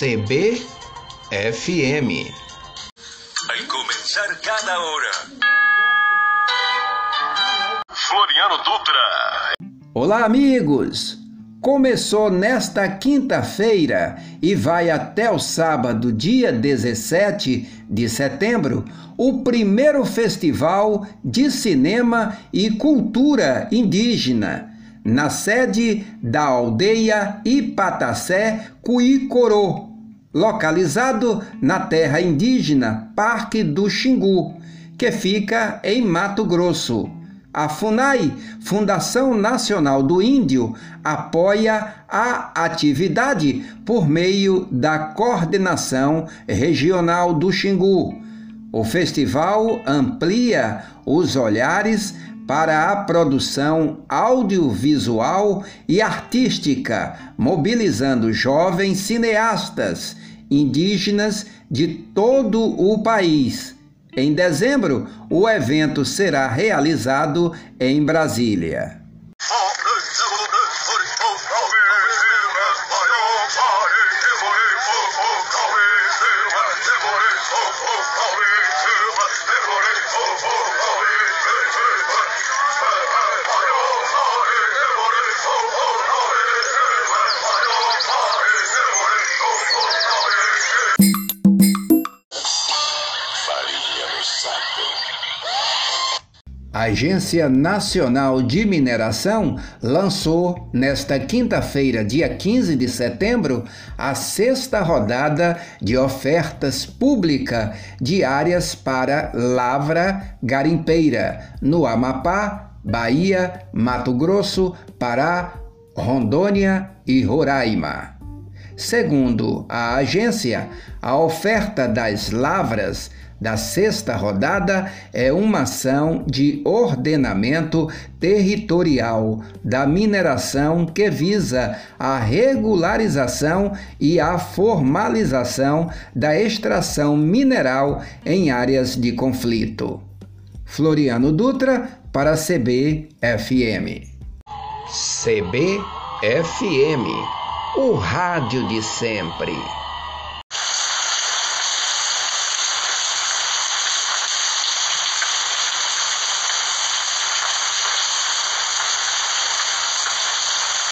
CBFM. Vai começar cada hora. Floriano Dutra. Olá, amigos! Começou nesta quinta-feira e vai até o sábado, dia 17 de setembro, o primeiro Festival de Cinema e Cultura Indígena, na sede da aldeia Ipatacé, Cuicorô, localizado na terra indígena Parque do Xingu, que fica em Mato Grosso. A FUNAI, Fundação Nacional do Índio, apoia a atividade por meio da Coordenação Regional do Xingu. O festival amplia os olhares para a produção audiovisual e artística, mobilizando jovens cineastas indígenas de todo o país. Em dezembro, o evento será realizado em Brasília. A Agência Nacional de Mineração lançou, nesta quinta-feira, dia 15 de setembro, a 6ª rodada de ofertas públicas diárias para lavra garimpeira, no Amapá, Bahia, Mato Grosso, Pará, Rondônia e Roraima. Segundo a agência, a oferta das lavras da 6ª rodada é uma ação de ordenamento territorial da mineração que visa a regularização e a formalização da extração mineral em áreas de conflito. Floriano Dutra para a CBFM. CBFM, o rádio de sempre.